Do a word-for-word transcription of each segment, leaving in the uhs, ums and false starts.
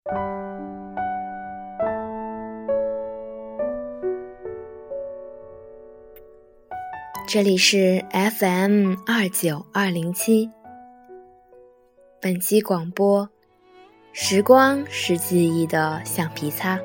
这里是 F M 二九二零七，本期广播，时光是记忆的橡皮擦。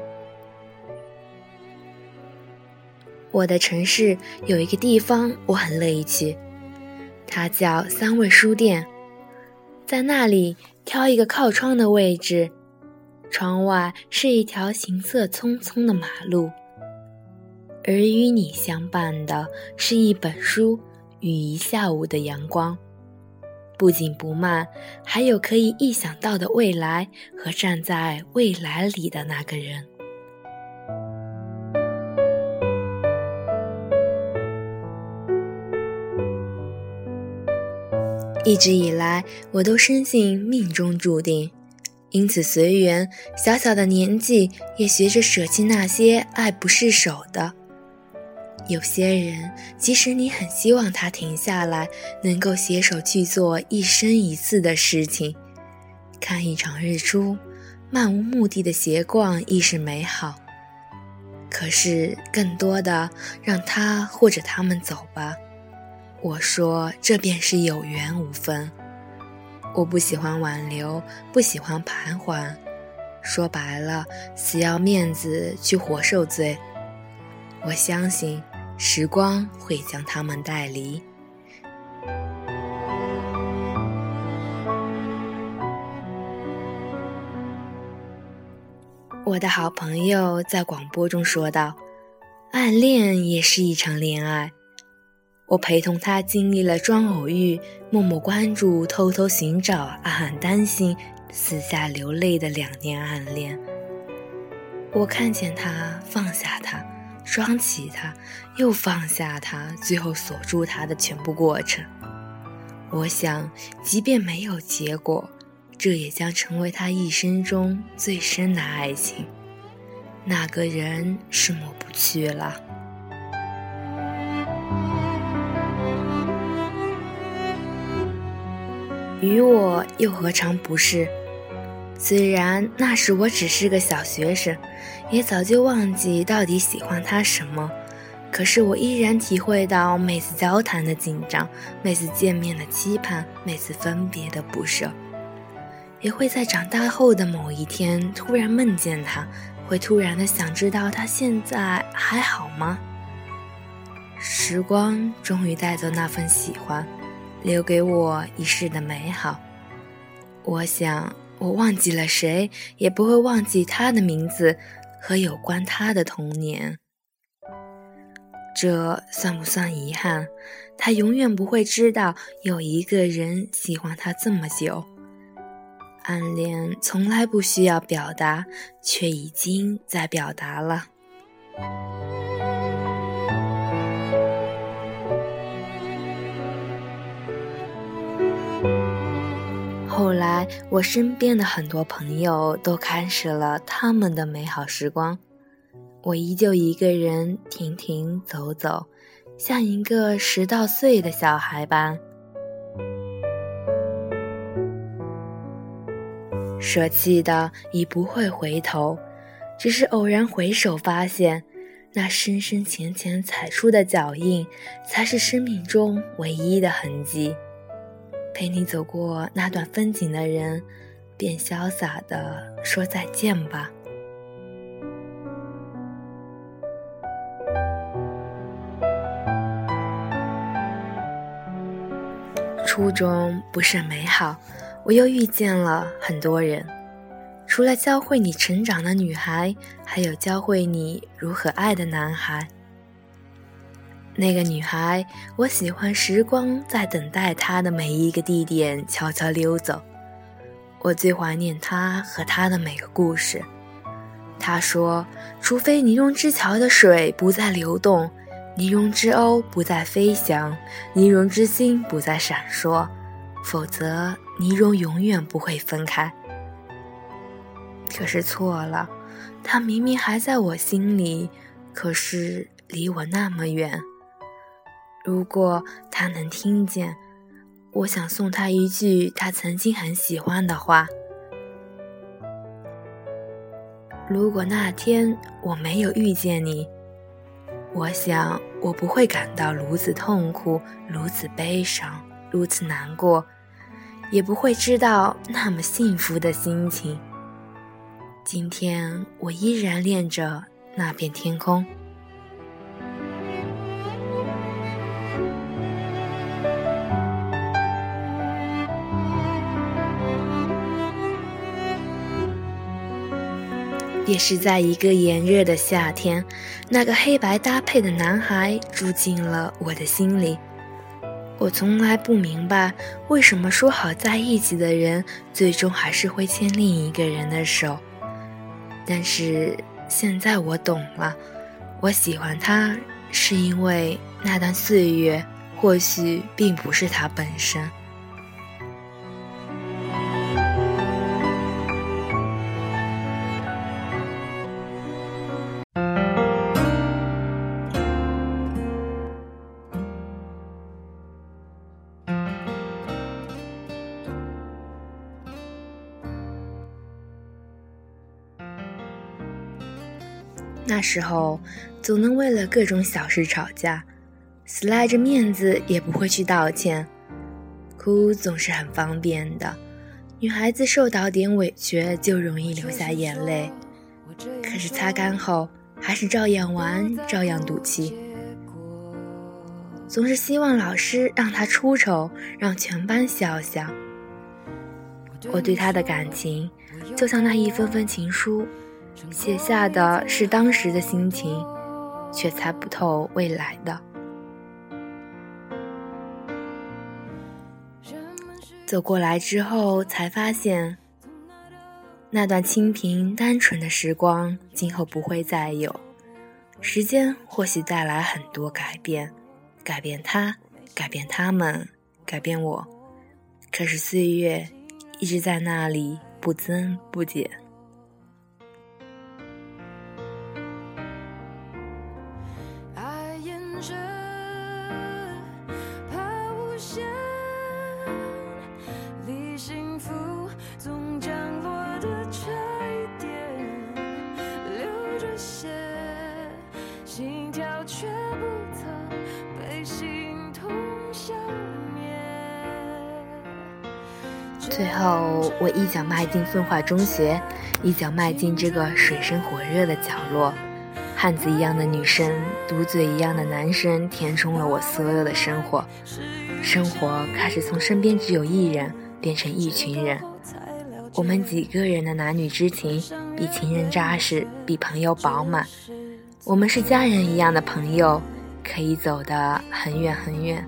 我的城市有一个地方我很乐意去，它叫三味书店。在那里挑一个靠窗的位置，窗外是一条行色匆匆的马路，而与你相伴的是一本书与一下午的阳光，不紧不慢，还有可以意想到的未来和站在未来里的那个人。一直以来，我都深信命中注定，因此随缘，小小的年纪也学着舍弃那些爱不释手的。有些人，即使你很希望他停下来，能够携手去做一生一次的事情，看一场日出，漫无目的的闲逛亦是美好。可是更多的，让他或者他们走吧。我说，这便是有缘无分。我不喜欢挽留，不喜欢盘桓，说白了，死要面子去活受罪。我相信时光会将他们带离。我的好朋友在广播中说道，暗恋也是一场恋爱。我陪同他经历了装偶遇、默默关注、偷偷寻找、暗暗担心、私下流泪的两年暗恋。我看见他放下他，装起他，又放下他，最后锁住他的全部过程。我想，即便没有结果，这也将成为他一生中最深的爱情。那个人是抹不去了。于我又何尝不是？虽然那时我只是个小学生，也早就忘记到底喜欢他什么，可是我依然体会到每次交谈的紧张，每次见面的期盼，每次分别的不舍。也会在长大后的某一天突然梦见他，会突然的想知道他现在还好吗？时光终于带走那份喜欢，留给我一世的美好。我想我忘记了谁，也不会忘记他的名字和有关他的童年。这算不算遗憾？他永远不会知道有一个人喜欢他这么久。暗恋从来不需要表达，却已经在表达了。后来我身边的很多朋友都开始了他们的美好时光，我依旧一个人停停走走，像一个十到岁的小孩般。舍弃的已不会回头，只是偶然回首发现，那深深浅浅踩出的脚印，才是生命中唯一的痕迹。陪你走过那段风景的人，便潇洒地说再见吧。初中不甚美好，我又遇见了很多人，除了教会你成长的女孩，还有教会你如何爱的男孩。那个女孩，我喜欢时光在等待她的每一个地点悄悄溜走。我最怀念她和她的每个故事。她说，除非泥融之桥的水不再流动，泥融之鸥不再飞翔，泥融之星不再闪烁，否则泥融永远不会分开。可是错了，她明明还在我心里，可是离我那么远。如果他能听见，我想送他一句他曾经很喜欢的话。 如果那天我没有遇见你，我想我不会感到如此痛苦，如此悲伤，如此难过，也不会知道那么幸福的心情。今天我依然恋着那片天空。也是在一个炎热的夏天，那个黑白搭配的男孩住进了我的心里。我从来不明白，为什么说好在一起的人，最终还是会牵另一个人的手。但是现在我懂了，我喜欢他，是因为那段岁月，或许并不是他本身。那时候总能为了各种小事吵架，死赖着面子也不会去道歉，哭总是很方便的，女孩子受到点委屈就容易流下眼泪，可是擦干后还是照样玩，照样赌气，总是希望老师让她出丑，让全班笑笑。我对她的感情就像那一封封情书，写下的是当时的心情，却猜不透未来的。走过来之后才发现，那段清贫单纯的时光今后不会再有。时间或许带来很多改变，改变他，改变他们，改变我，可是岁月一直在那里不增不减。最后我一脚迈进奉化中学，一脚迈进这个水深火热的角落，汉子一样的女生，毒嘴一样的男生填充了我所有的生活。生活开始从身边只有一人变成一群人，我们几个人的男女之情比情人扎实，比朋友饱满，我们是家人一样的朋友，可以走得很远很远。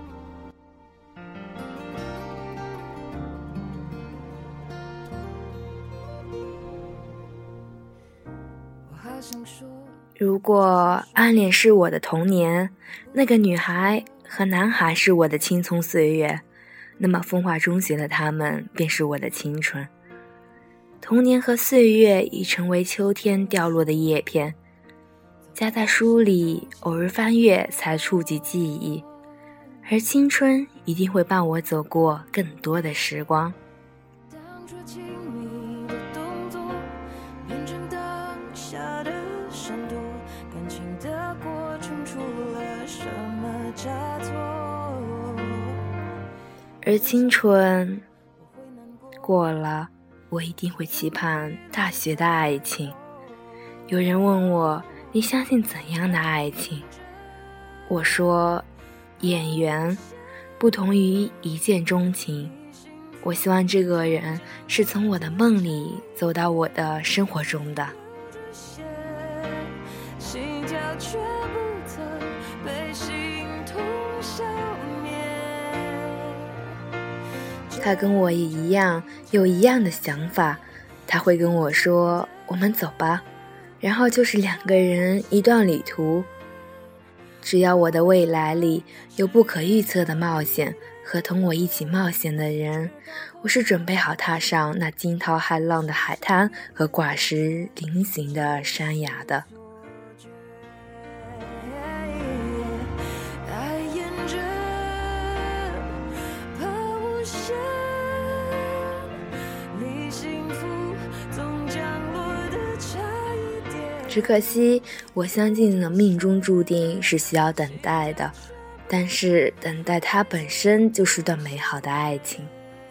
如果暗恋是我的童年，那个女孩和男孩是我的青葱岁月，那么风化中学的他们便是我的青春。童年和岁月已成为秋天掉落的叶片，夹在书里，偶尔翻阅才触及记忆，而青春一定会伴我走过更多的时光。而青春过了，我一定会期盼大学的爱情。有人问我，你相信怎样的爱情？我说，眼缘不同于一见钟情。我希望这个人是从我的梦里走到我的生活中的。他跟我也一样，有一样的想法，他会跟我说，我们走吧，然后就是两个人一段旅途。只要我的未来里有不可预测的冒险和同我一起冒险的人，我是准备好踏上那惊涛骇浪的海滩和挂石菱形的山崖的。 离幸福总降落的只可惜我相信了命中注定是需要等待的，但是等待它本身就是段美好的爱情。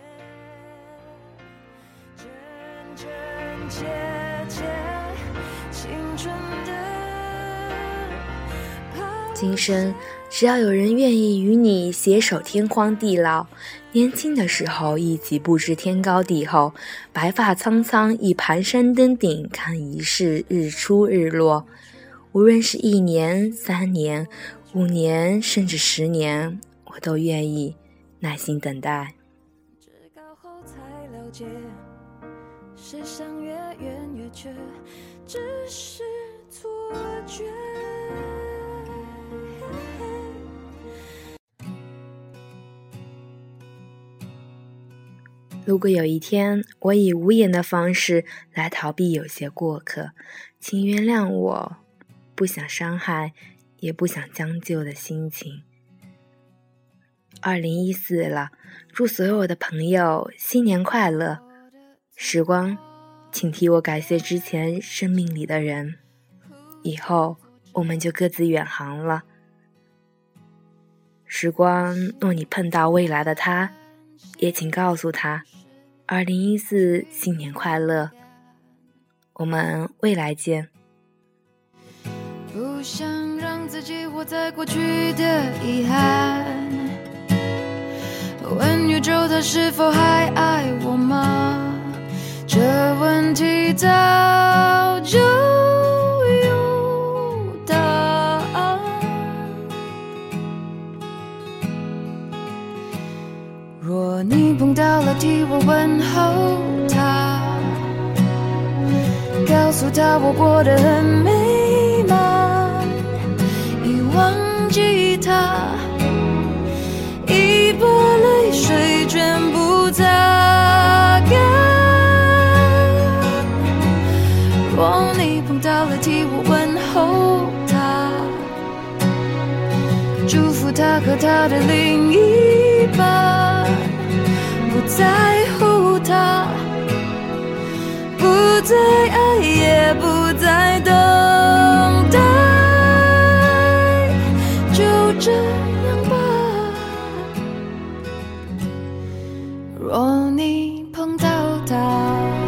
今生只要有人愿意与你携手天荒地老，年轻的时候一起不知天高地厚，白发苍苍一盘山登顶，看一世日出日落。无论是一年、三年、五年，甚至十年，我都愿意耐心等待。 知高后才了解，世上越远越缺，只是错觉。 如果有一天我以无言的方式来逃避有些过客，请原谅我不想伤害也不想将就的心情。二零一四了，祝所有的朋友新年快乐。时光，请替我感谢之前生命里的人，以后我们就各自远航了。时光，若你碰到未来的他，也请告诉他二零一四新年快乐，我们未来见。 不想让自己活在过去的遗憾，问宇宙它是否还爱我吗？这问题早就有答案。若你碰到了替我问候他，告诉他我过得很美满，已忘记他，已把泪水全部擦干。若你碰到了替我问候他，祝福他和他的另一半，不在乎他，不再爱也不再等待，就这样吧。若你碰到他。